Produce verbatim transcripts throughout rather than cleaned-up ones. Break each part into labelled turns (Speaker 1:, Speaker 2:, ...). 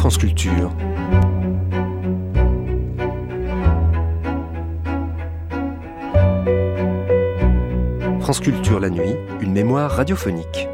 Speaker 1: France Culture. France Culture la nuit, une mémoire radiophonique.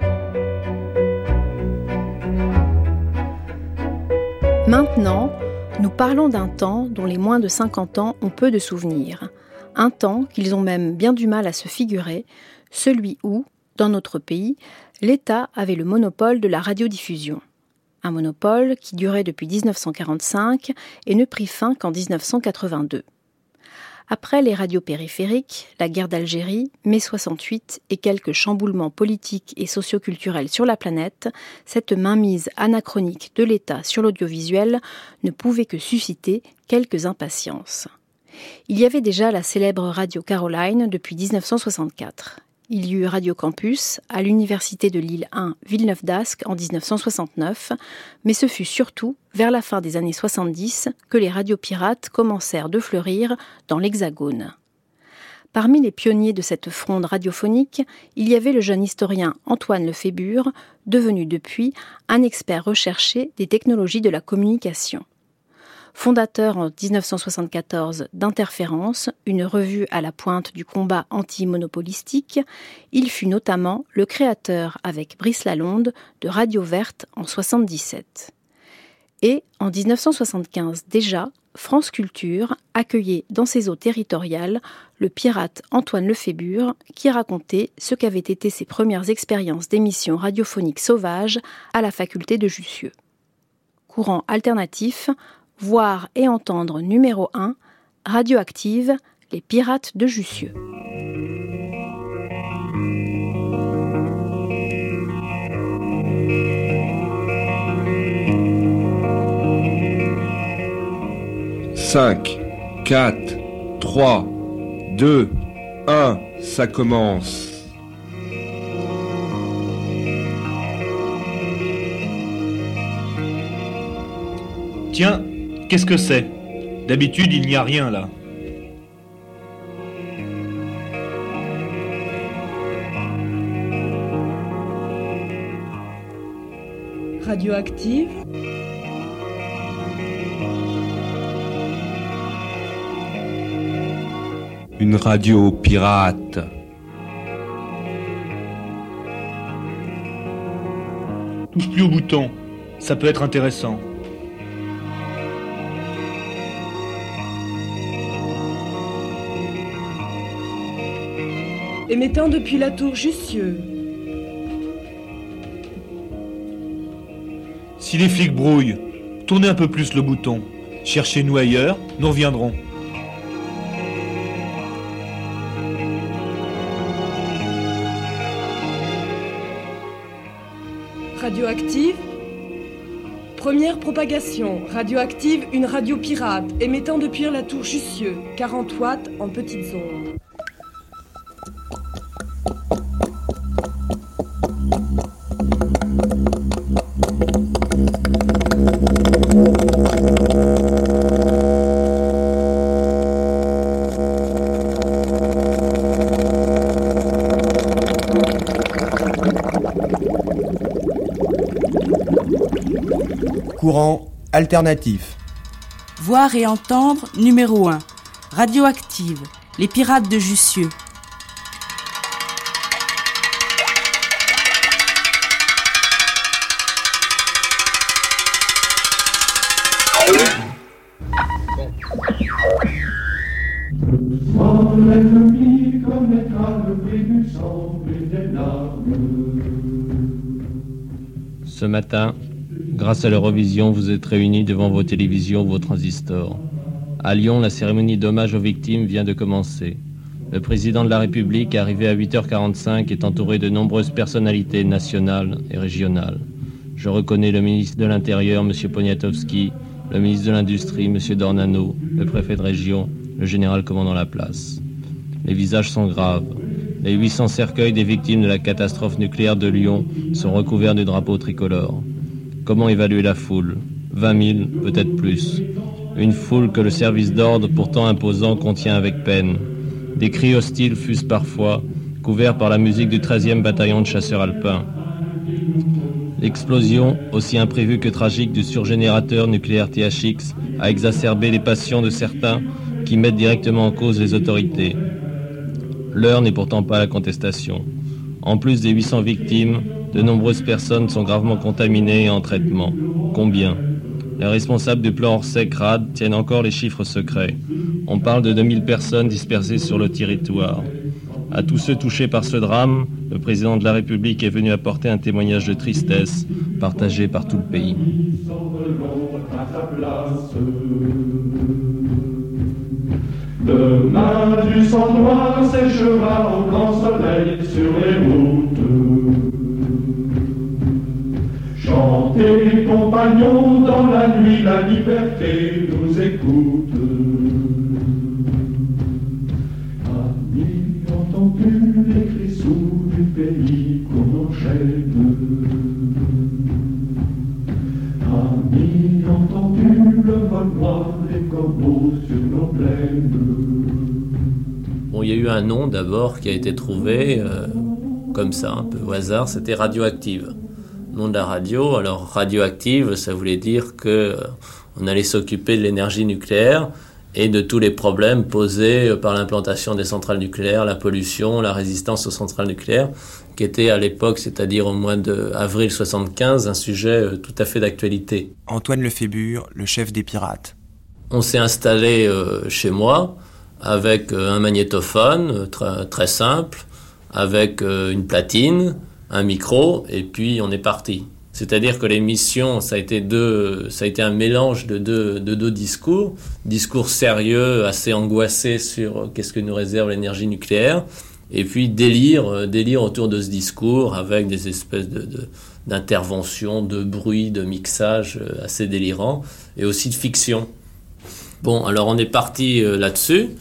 Speaker 2: Maintenant, nous parlons d'un temps dont les moins de cinquante ans ont peu de souvenirs. Un temps qu'ils ont même bien du mal à se figurer, celui où, dans notre pays, l'État avait le monopole de la radiodiffusion. Un monopole qui durait depuis dix-neuf cent quarante-cinq et ne prit fin qu'en dix-neuf cent quatre-vingt-deux. Après les radios périphériques, la guerre d'Algérie, mai soixante-huit et quelques chamboulements politiques et socioculturels sur la planète, cette mainmise anachronique de l'État sur l'audiovisuel ne pouvait que susciter quelques impatiences. Il y avait déjà la célèbre radio Caroline depuis dix-neuf cent soixante-quatre. Il y eut Radio Campus à l'université de Lille un, Villeneuve-d'Ascq en dix-neuf cent soixante-neuf, mais ce fut surtout vers la fin des années soixante-dix que les radios pirates commencèrent de fleurir dans l'Hexagone. Parmi les pionniers de cette fronde radiophonique, il y avait le jeune historien Antoine Lefébure, devenu depuis un expert recherché des technologies de la communication. Fondateur en dix-neuf cent soixante-quatorze d'Interférence, une revue à la pointe du combat anti-monopolistique, il fut notamment le créateur avec Brice Lalonde de Radio Verte en soixante-dix-sept. Et en dix-neuf cent soixante-quinze déjà, France Culture accueillait dans ses eaux territoriales le pirate Antoine Lefébure qui racontait ce qu'avaient été ses premières expériences d'émissions radiophoniques sauvages à la faculté de Jussieu. Courant alternatif, voir et entendre numéro un, Radioactive, les pirates de Jussieu.
Speaker 3: cinq, quatre, trois, deux, un, ça commence.
Speaker 4: Tiens, qu'est-ce que c'est ? D'habitude, il n'y a rien là.
Speaker 5: Radioactive.
Speaker 3: Une radio pirate.
Speaker 4: Touche plus au bouton, ça peut être intéressant.
Speaker 5: Émettant depuis la tour Jussieu.
Speaker 4: Si les flics brouillent, tournez un peu plus le bouton. Cherchez-nous ailleurs, nous reviendrons.
Speaker 5: Radioactive. Première propagation. Radioactive, une radio pirate, émettant depuis la tour Jussieu, quarante watts en petites ondes.
Speaker 6: Courant alternatif.
Speaker 7: Voir et entendre numéro un. Radioactive, les pirates de Jussieu.
Speaker 8: L'ennemi connaîtra le prix du sang et des larmes.
Speaker 9: Ce matin, grâce à l'Eurovision, vous êtes réunis devant vos télévisions, vos transistors. À Lyon, la cérémonie d'hommage aux victimes vient de commencer. Le président de la République, arrivé à huit heures quarante-cinq, est entouré de nombreuses personnalités nationales et régionales. Je reconnais le ministre de l'Intérieur, M. Poniatowski, le ministre de l'Industrie, M. Dornano, le préfet de région, le général commandant la place. Les visages sont graves. Les huit cents cercueils des victimes de la catastrophe nucléaire de Lyon sont recouverts de drapeaux tricolores. Comment évaluer la foule ? vingt mille, peut-être plus. Une foule que le service d'ordre, pourtant imposant, contient avec peine. Des cris hostiles fusent parfois, couverts par la musique du treizième bataillon de chasseurs alpins. L'explosion, aussi imprévue que tragique, du surgénérateur nucléaire T H X a exacerbé les passions de certains qui mettent directement en cause les autorités. L'heure n'est pourtant pas à la contestation. En plus des huit cents victimes, de nombreuses personnes sont gravement contaminées et en traitement. Combien ? Les responsables du plan Orsec-Rad tiennent encore les chiffres secrets. On parle de deux mille personnes dispersées sur le territoire. À tous ceux touchés par ce drame, le président de la République est venu apporter un témoignage de tristesse partagé par tout le pays.
Speaker 8: Demain du sang noir séchera au grand soleil sur les routes. Chantez, compagnons, dans la nuit, la liberté nous écoute. Amis, entends-tu les cris sourds du pays qu'on enchaîne? Amis, entends-tu le vol noir des corbeaux sur nos plaines?
Speaker 10: Bon, il y a eu un nom d'abord qui a été trouvé, euh, comme ça, un peu au hasard, c'était Radioactive. Nom de la radio, alors radioactive, ça voulait dire que euh, on allait s'occuper de l'énergie nucléaire et de tous les problèmes posés par l'implantation des centrales nucléaires, la pollution, la résistance aux centrales nucléaires, qui était à l'époque, c'est-à-dire au mois d'avril soixante-quinze, un sujet tout à fait d'actualité.
Speaker 6: Antoine Lefébure, le chef des pirates.
Speaker 10: On s'est installé euh, chez moi avec euh, un magnétophone euh, très, très simple, avec euh, une platine, un micro, et puis on est parti. C'est-à-dire que l'émission, ça a été deux, ça a été un mélange de deux, de deux discours, discours sérieux, assez angoissé sur qu'est-ce que nous réserve l'énergie nucléaire, et puis délire, délire autour de ce discours avec des espèces de, de, d'interventions, de bruit, de mixage assez délirants, et aussi de fiction. Bon, alors on est parti là-dessus.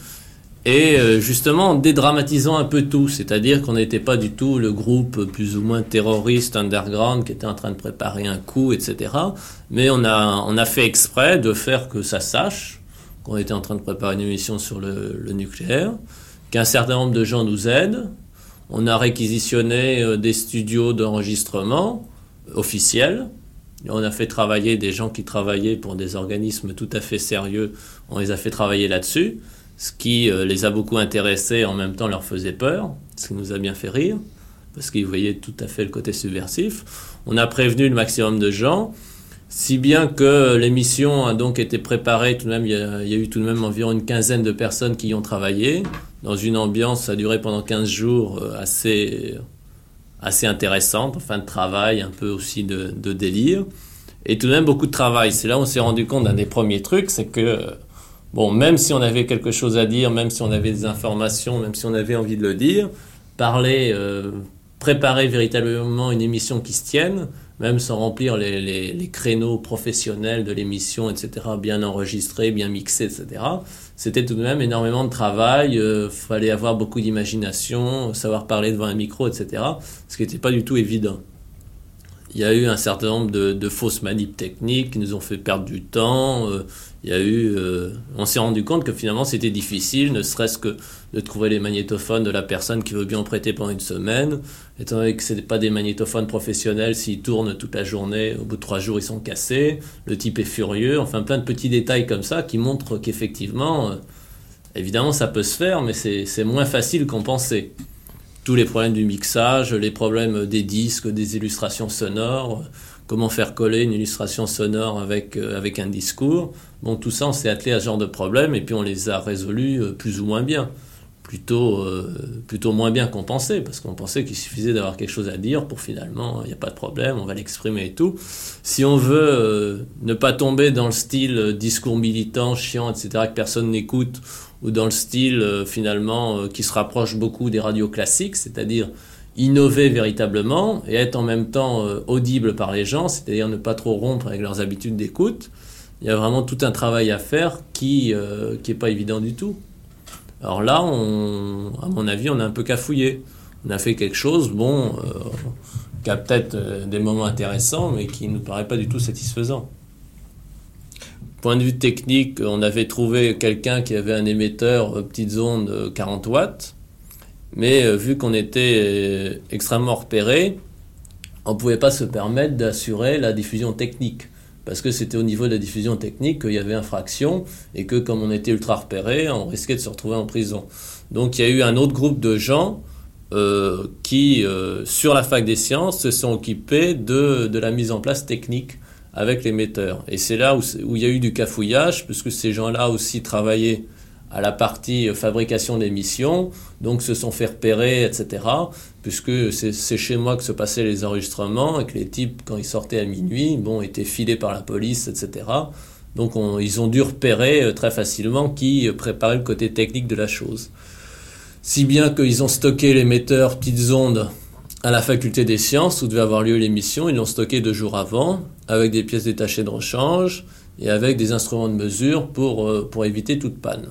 Speaker 10: Et justement en dédramatisant un peu tout, c'est-à-dire qu'on n'était pas du tout le groupe plus ou moins terroriste underground qui était en train de préparer un coup, et cetera. Mais on a, on a fait exprès de faire que ça sache qu'on était en train de préparer une émission sur le, le nucléaire, qu'un certain nombre de gens nous aident. On a réquisitionné des studios d'enregistrement officiels. Et on a fait travailler des gens qui travaillaient pour des organismes tout à fait sérieux. On les a fait travailler là-dessus. Ce qui euh, les a beaucoup intéressés, en même temps leur faisait peur, ce qui nous a bien fait rire, parce qu'ils voyaient tout à fait le côté subversif. On a prévenu le maximum de gens, si bien que l'émission a donc été préparée, tout de même, il y a, il y a eu tout de même environ une quinzaine de personnes qui y ont travaillé, dans une ambiance, ça a duré pendant quinze jours, assez, assez intéressante, enfin de travail, un peu aussi de, de délire, et tout de même beaucoup de travail. C'est là où on s'est rendu compte d'un des premiers trucs, c'est que bon, même si on avait quelque chose à dire, même si on avait des informations, même si on avait envie de le dire, parler, euh, préparer véritablement une émission qui se tienne, même sans remplir les, les, les créneaux professionnels de l'émission, et cetera, bien enregistrés, bien mixés, et cetera, c'était tout de même énormément de travail, il euh, fallait avoir beaucoup d'imagination, savoir parler devant un micro, et cetera, ce qui n'était pas du tout évident. Il y a eu un certain nombre de, de fausses manips techniques qui nous ont fait perdre du temps. Euh, il y a eu, euh, on s'est rendu compte que finalement c'était difficile, ne serait-ce que de trouver les magnétophones de la personne qui veut bien en prêter pendant une semaine. Étant donné que ce n'est pas des magnétophones professionnels, s'ils tournent toute la journée, au bout de trois jours ils sont cassés. Le type est furieux. Enfin, plein de petits détails comme ça qui montrent qu'effectivement, euh, évidemment ça peut se faire, mais c'est, c'est moins facile qu'on pensait. Tous les problèmes du mixage, les problèmes des disques, des illustrations sonores, comment faire coller une illustration sonore avec, euh, avec un discours. Bon, tout ça, on s'est attelé à ce genre de problèmes et puis on les a résolus euh, plus ou moins bien. Plutôt, euh, plutôt moins bien qu'on pensait, parce qu'on pensait qu'il suffisait d'avoir quelque chose à dire pour finalement, il n'y a pas de problème, on va l'exprimer et tout. Si on veut euh, ne pas tomber dans le style euh, discours militant, chiant, et cetera, que personne n'écoute, ou dans le style euh, finalement euh, qui se rapproche beaucoup des radios classiques, c'est-à-dire innover véritablement et être en même temps euh, audible par les gens, c'est-à-dire ne pas trop rompre avec leurs habitudes d'écoute, il y a vraiment tout un travail à faire qui euh, qui est pas évident du tout. Alors là, on, à mon avis, on a un peu cafouillé. On a fait quelque chose, bon, euh, qui a peut-être euh, des moments intéressants, mais qui ne nous paraît pas du tout satisfaisant. Point de vue technique, on avait trouvé quelqu'un qui avait un émetteur euh, petites ondes quarante watts, mais euh, vu qu'on était euh, extrêmement repéré, on ne pouvait pas se permettre d'assurer la diffusion technique. Parce que c'était au niveau de la diffusion technique qu'il y avait infraction et que comme on était ultra repéré, on risquait de se retrouver en prison. Donc il y a eu un autre groupe de gens euh, qui, euh, sur la fac des sciences, se sont occupés de, de la mise en place technique avec l'émetteur. Et c'est là où, où il y a eu du cafouillage, puisque ces gens-là aussi travaillaient à la partie fabrication d'émissions, donc se sont fait repérer, et cetera, puisque c'est, c'est chez moi que se passaient les enregistrements, et que les types, quand ils sortaient à minuit, bon, étaient filés par la police, et cetera. Donc on, ils ont dû repérer très facilement qui préparait le côté technique de la chose. Si bien qu'ils ont stocké l'émetteur petites ondes à la faculté des sciences, où devait avoir lieu l'émission, ils l'ont stocké deux jours avant, avec des pièces détachées de rechange, et avec des instruments de mesure pour, pour éviter toute panne.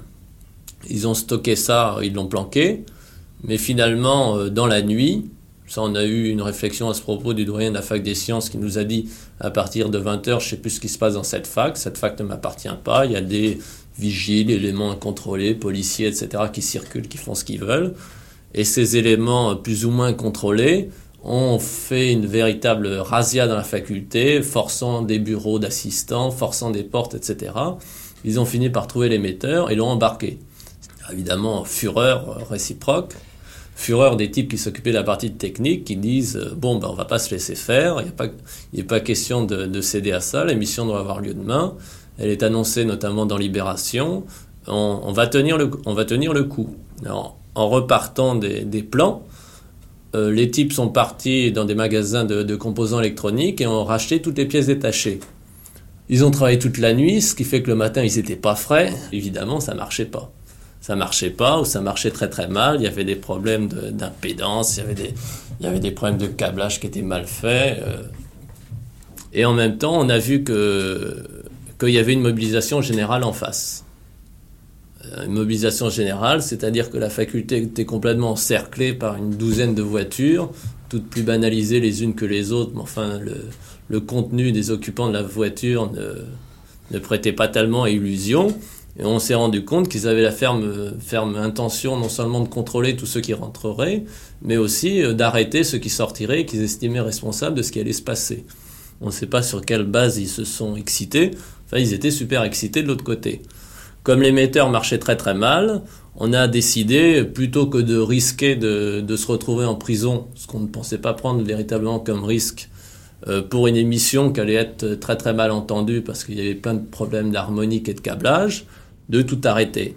Speaker 10: Ils ont stocké ça, ils l'ont planqué, mais finalement, euh, dans la nuit, ça on a eu une réflexion à ce propos du doyen de la fac des sciences qui nous a dit à partir de vingt heures, je ne sais plus ce qui se passe dans cette fac, cette fac ne m'appartient pas, il y a des vigiles, éléments incontrôlés, policiers, et cetera qui circulent, qui font ce qu'ils veulent, et ces éléments plus ou moins contrôlés ont fait une véritable razzia dans la faculté, forçant des bureaux d'assistants, forçant des portes, et cetera. Ils ont fini par trouver l'émetteur et l'ont embarqué. Évidemment, fureur réciproque, fureur des types qui s'occupaient de la partie technique, qui disent euh, « bon, ben, on ne va pas se laisser faire, il n'y a pas question de, de céder à ça, l'émission doit avoir lieu demain, elle est annoncée notamment dans Libération, on, on, va, tenir le, on va tenir le coup. » Alors, en repartant des, des plans, euh, les types sont partis dans des magasins de, de composants électroniques et ont racheté toutes les pièces détachées. Ils ont travaillé toute la nuit, ce qui fait que le matin, ils n'étaient pas frais. Évidemment, ça ne marchait pas. Ça marchait pas, ou ça marchait très très mal, il y avait des problèmes de, d'impédance, il y avait des, il y avait des problèmes de câblage qui étaient mal faits. Euh, et en même temps, on a vu que, qu'il y avait une mobilisation générale en face. Euh, une mobilisation générale, c'est-à-dire que la faculté était complètement encerclée par une douzaine de voitures, toutes plus banalisées les unes que les autres, mais enfin, le, le contenu des occupants de la voiture ne, ne prêtait pas tellement à illusion. Et on s'est rendu compte qu'ils avaient la ferme, ferme intention non seulement de contrôler tous ceux qui rentreraient, mais aussi d'arrêter ceux qui sortiraient et qu'ils estimaient responsables de ce qui allait se passer. On ne sait pas sur quelle base ils se sont excités, enfin ils étaient super excités de l'autre côté. Comme l'émetteur marchait très très mal, on a décidé, plutôt que de risquer de, de se retrouver en prison, ce qu'on ne pensait pas prendre véritablement comme risque, euh, pour une émission qui allait être très très mal entendue parce qu'il y avait plein de problèmes d'harmonique et de câblage, de tout arrêter.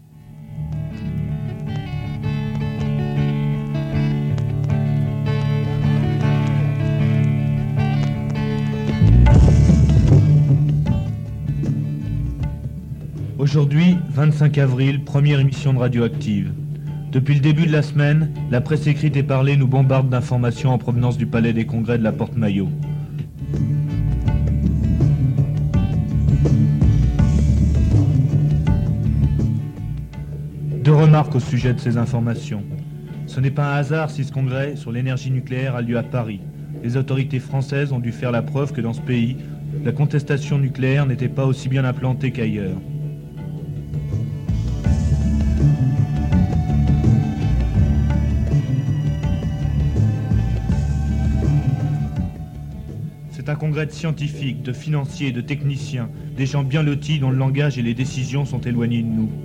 Speaker 4: Aujourd'hui, vingt-cinq avril, première émission de Radioactive. Depuis le début de la semaine, la presse écrite et parlée nous bombarde d'informations en provenance du Palais des Congrès de la Porte-Maillot. Deux remarques au sujet de ces informations. Ce n'est pas un hasard si ce congrès sur l'énergie nucléaire a lieu à Paris. Les autorités françaises ont dû faire la preuve que dans ce pays, la contestation nucléaire n'était pas aussi bien implantée qu'ailleurs. C'est un congrès de scientifiques, de financiers, de techniciens, des gens bien lotis dont le langage et les décisions sont éloignés de nous.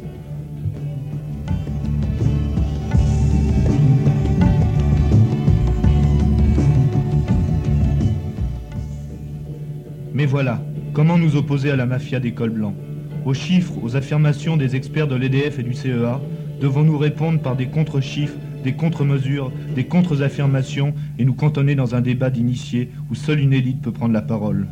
Speaker 4: Mais voilà, comment nous opposer à la mafia des cols blancs? Aux chiffres, aux affirmations des experts de l'E D F et du C E A, devons-nous répondre par des contre-chiffres, des contre-mesures, des contre-affirmations et nous cantonner dans un débat d'initiés où seule une élite peut prendre la parole?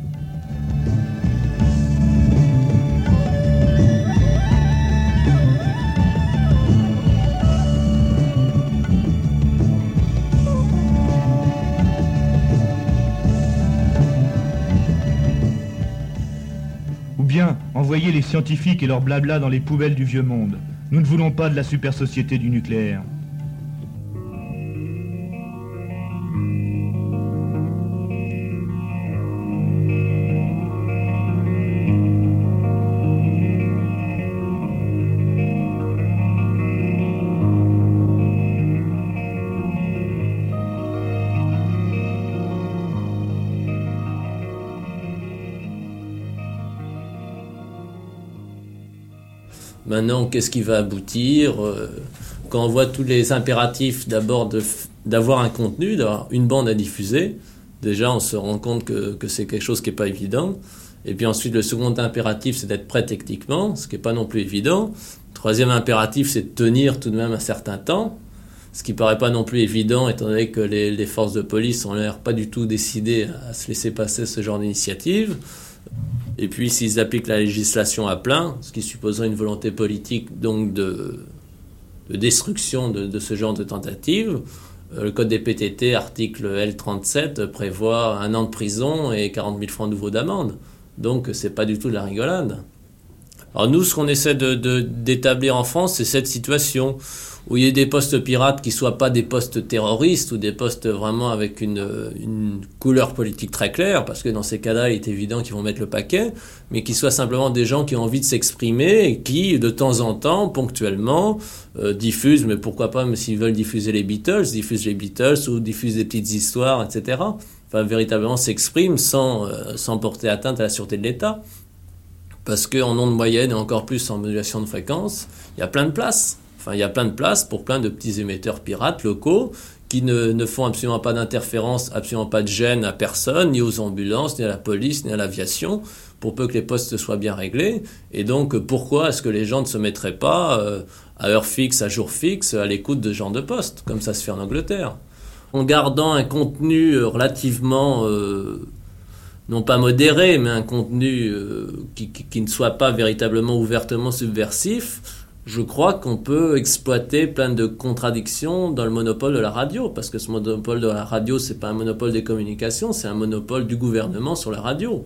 Speaker 4: Bien, envoyez les scientifiques et leur blabla dans les poubelles du vieux monde. Nous ne voulons pas de la super société du nucléaire.
Speaker 10: Maintenant, qu'est-ce qui va aboutir ? Quand on voit tous les impératifs d'abord de, d'avoir un contenu, d'avoir une bande à diffuser, déjà on se rend compte que, que c'est quelque chose qui n'est pas évident. Et puis ensuite, le second impératif, c'est d'être prêt techniquement, ce qui n'est pas non plus évident. Le troisième impératif, c'est de tenir tout de même un certain temps, ce qui ne paraît pas non plus évident, étant donné que les, les forces de police ont l'air pas du tout décidées à se laisser passer ce genre d'initiative. Et puis, s'ils appliquent la législation à plein, ce qui supposerait une volonté politique donc de, de destruction de, de ce genre de tentative, le code des P T T, article L trente-sept, prévoit un an de prison et quarante mille francs nouveaux d'amende. Donc, c'est pas du tout de la rigolade. Alors nous, ce qu'on essaie de, de, d'établir en France, c'est cette situation où il y a des postes pirates qui ne soient pas des postes terroristes ou des postes vraiment avec une, une couleur politique très claire, parce que dans ces cas-là, il est évident qu'ils vont mettre le paquet, mais qui soient simplement des gens qui ont envie de s'exprimer et qui, de temps en temps, ponctuellement, euh, diffusent, mais pourquoi pas, mais s'ils veulent diffuser les Beatles, diffusent les Beatles ou diffusent des petites histoires, et cetera. Enfin, véritablement s'expriment sans, euh, sans porter atteinte à la sûreté de l'État. Parce qu'en ondes moyennes et encore plus en modulation de fréquence, il y a plein de places. Enfin, il y a plein de places pour plein de petits émetteurs pirates locaux qui ne, ne font absolument pas d'interférence, absolument pas de gêne à personne, ni aux ambulances, ni à la police, ni à l'aviation, pour peu que les postes soient bien réglés. Et donc, pourquoi est-ce que les gens ne se mettraient pas euh, à heure fixe, à jour fixe, à l'écoute de ce genre de postes, comme ça se fait en Angleterre, en gardant un contenu relativement... Euh, non pas modéré, mais un contenu euh, qui, qui, qui ne soit pas véritablement ouvertement subversif, je crois qu'on peut exploiter plein de contradictions dans le monopole de la radio, parce que ce monopole de la radio, c'est pas un monopole des communications, c'est un monopole du gouvernement sur la radio.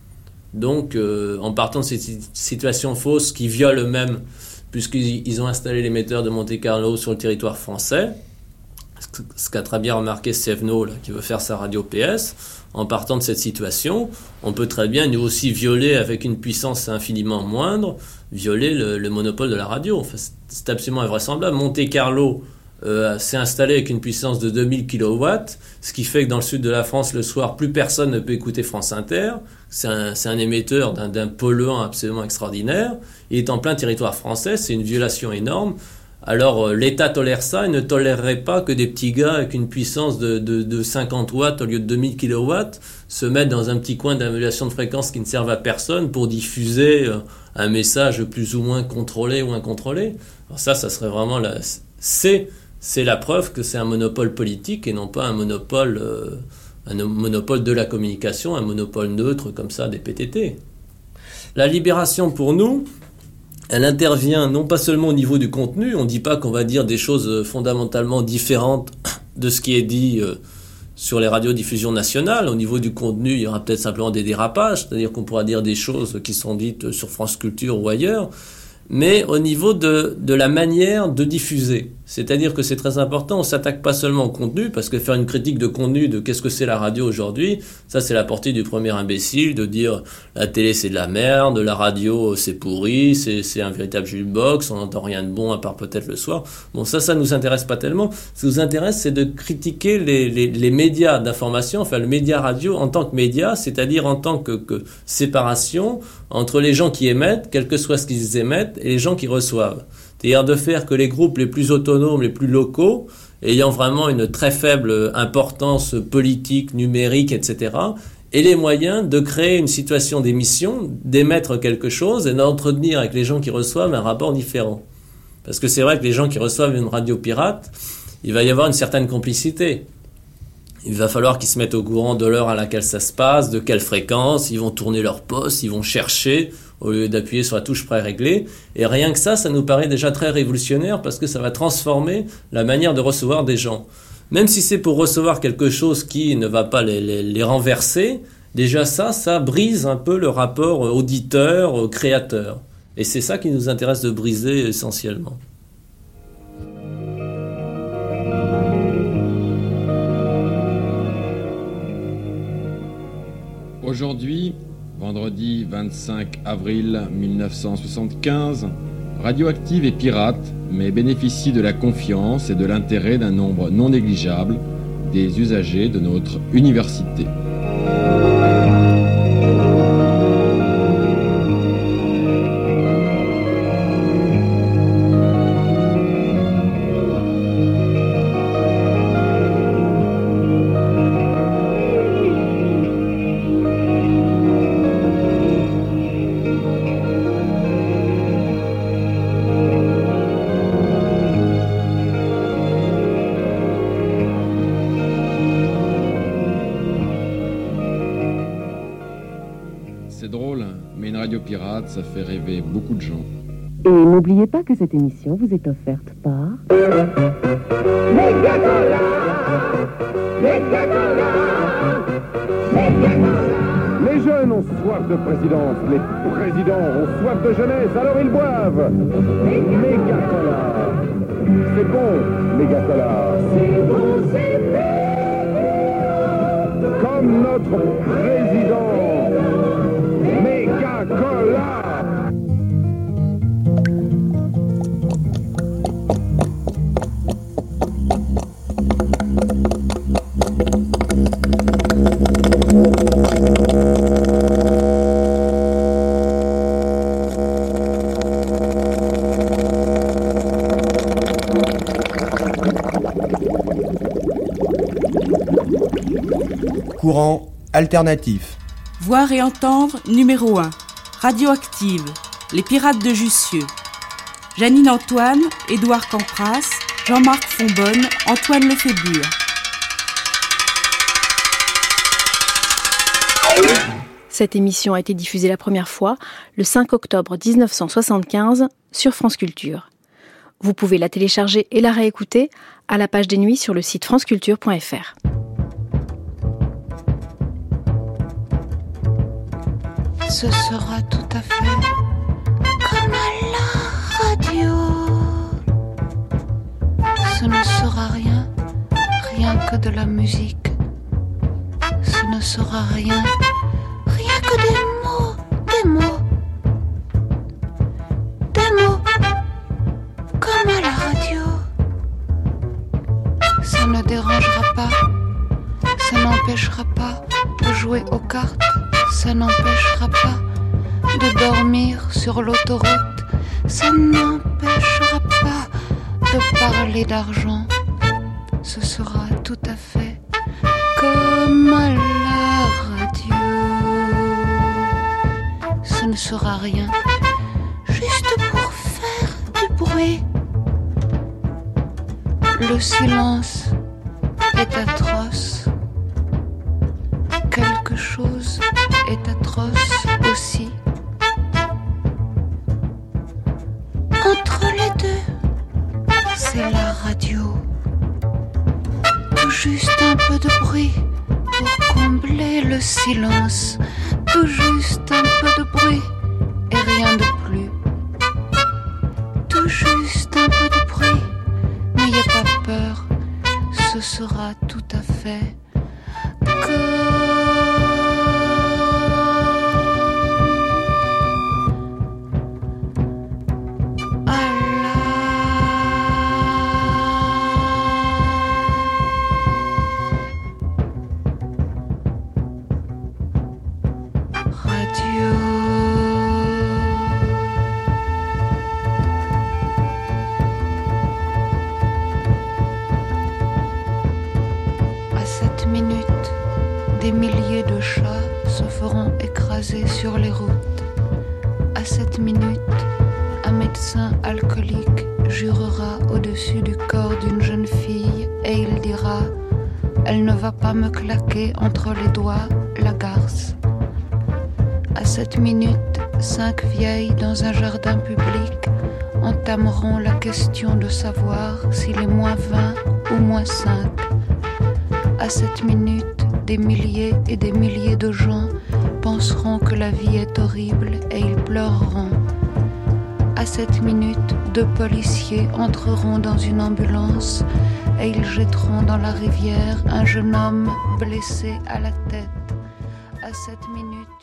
Speaker 10: Donc, euh, en partant de cette situation fausse qui viole eux-mêmes, puisqu'ils ont installé l'émetteur de Monte-Carlo sur le territoire français, ce qu'a très bien remarqué Stéphano, là, qui veut faire sa radio P S, en partant de cette situation, on peut très bien, nous aussi, violer avec une puissance infiniment moindre, violer le, le monopole de la radio. Enfin, c'est, c'est absolument invraisemblable. Monte-Carlo euh, s'est installé avec une puissance de deux mille kilowatts, ce qui fait que dans le sud de la France, le soir, plus personne ne peut écouter France Inter. C'est un, c'est un émetteur d'un, d'un polluant absolument extraordinaire. Il est en plein territoire français, c'est une violation énorme. Alors, l'État tolère ça, il ne tolérerait pas que des petits gars avec une puissance de, de, de cinquante watts au lieu de deux mille kilowatts se mettent dans un petit coin d'amélioration de fréquence qui ne servent à personne pour diffuser un message plus ou moins contrôlé ou incontrôlé. Alors ça, ça serait vraiment la... C'est, c'est la preuve que c'est un monopole politique et non pas un monopole, euh, un monopole de la communication, un monopole neutre comme ça des P T T. La libération pour nous... Elle intervient non pas seulement au niveau du contenu, on ne dit pas qu'on va dire des choses fondamentalement différentes de ce qui est dit sur les radiodiffusions nationales. Au niveau du contenu, il y aura peut-être simplement des dérapages, c'est-à-dire qu'on pourra dire des choses qui sont dites sur France Culture ou ailleurs, mais au niveau de, de la manière de diffuser. C'est-à-dire que c'est très important, on ne s'attaque pas seulement au contenu, parce que faire une critique de contenu de qu'est-ce que c'est la radio aujourd'hui, ça c'est la portée du premier imbécile, de dire la télé c'est de la merde, la radio c'est pourri, c'est, c'est un véritable jukebox, on n'entend rien de bon à part peut-être le soir. Bon, ça, ça ne nous intéresse pas tellement. Ce qui nous intéresse, c'est de critiquer les, les, les médias d'information, enfin le média radio en tant que média, c'est-à-dire en tant que, que séparation entre les gens qui émettent, quel que soit ce qu'ils émettent, et les gens qui reçoivent. C'est-à-dire de faire que les groupes les plus autonomes, les plus locaux, ayant vraiment une très faible importance politique, numérique, et cetera, aient les moyens de créer une situation d'émission, d'émettre quelque chose et d'entretenir avec les gens qui reçoivent un rapport différent. Parce que c'est vrai que les gens qui reçoivent une radio pirate, il va y avoir une certaine complicité. Il va falloir qu'ils se mettent au courant de l'heure à laquelle ça se passe, de quelle fréquence, ils vont tourner leur poste, ils vont chercher au lieu d'appuyer sur la touche pré-réglée. Et rien que ça, ça nous paraît déjà très révolutionnaire parce que ça va transformer la manière de recevoir des gens. Même si c'est pour recevoir quelque chose qui ne va pas les, les, les renverser, déjà ça, ça brise un peu le rapport auditeur-créateur. Et c'est ça qui nous intéresse de briser essentiellement.
Speaker 11: Aujourd'hui, vendredi vingt-cinq avril mille neuf cent soixante-quinze, Radioactive est pirate, mais bénéficie de la confiance et de l'intérêt d'un nombre non négligeable des usagers de notre université. pirate, ça fait rêver beaucoup de gens.
Speaker 12: Et n'oubliez pas que cette émission vous est offerte par...
Speaker 8: Mégacola, Mégacola, Mégacola. Les jeunes ont soif de présidence, les présidents ont soif de jeunesse, alors ils boivent Mégacola. C'est bon, Mégacola. C'est bon, c'est bon. Comme notre président, Mégacola.
Speaker 13: Courant alternatif.
Speaker 7: Voir et entendre numéro un. Radioactive. Les pirates de Jussieu. Janine Antoine, Édouard Campras, Jean-Marc Fonbonne, Antoine Lefébure.
Speaker 2: Cette émission a été diffusée la première fois le cinq octobre dix-neuf cent soixante-quinze sur France Culture. Vous pouvez la télécharger et la réécouter à la page des nuits sur le site franceculture point f r.
Speaker 14: Ce sera tout à fait comme à la radio. Ce ne sera rien, rien que de la musique. Ce ne sera rien, rien que des mots, des mots. Des mots, comme à la radio. Ça ne dérangera pas, ça n'empêchera pas de jouer aux cartes. Ça n'empêchera pas de dormir sur l'autoroute. Ça n'empêchera pas de parler d'argent. Ce sera tout à fait comme à la radio. Ce ne sera rien, juste pour faire du bruit. Le silence est atroce. Quelque chose est atroce aussi. Entre les deux, c'est la radio. Tout juste un peu de bruit pour combler le silence. Tout juste un peu de bruit et rien de plus. Tout juste un peu de bruit, n'ayez pas peur, ce sera tout à fait que... Des milliers de chats se feront écraser sur les routes. À cette minute, un médecin alcoolique jurera au-dessus du corps d'une jeune fille et il dira « Elle ne va pas me claquer entre les doigts la garce ». À cette minute, cinq vieilles dans un jardin public entameront la question de savoir s'il est moins vingt ou moins cinq. À cette minute, des milliers et des milliers de gens penseront que la vie est horrible et ils pleureront. À cette minute, deux policiers entreront dans une ambulance et ils jetteront dans la rivière un jeune homme blessé à la tête. À cette minute,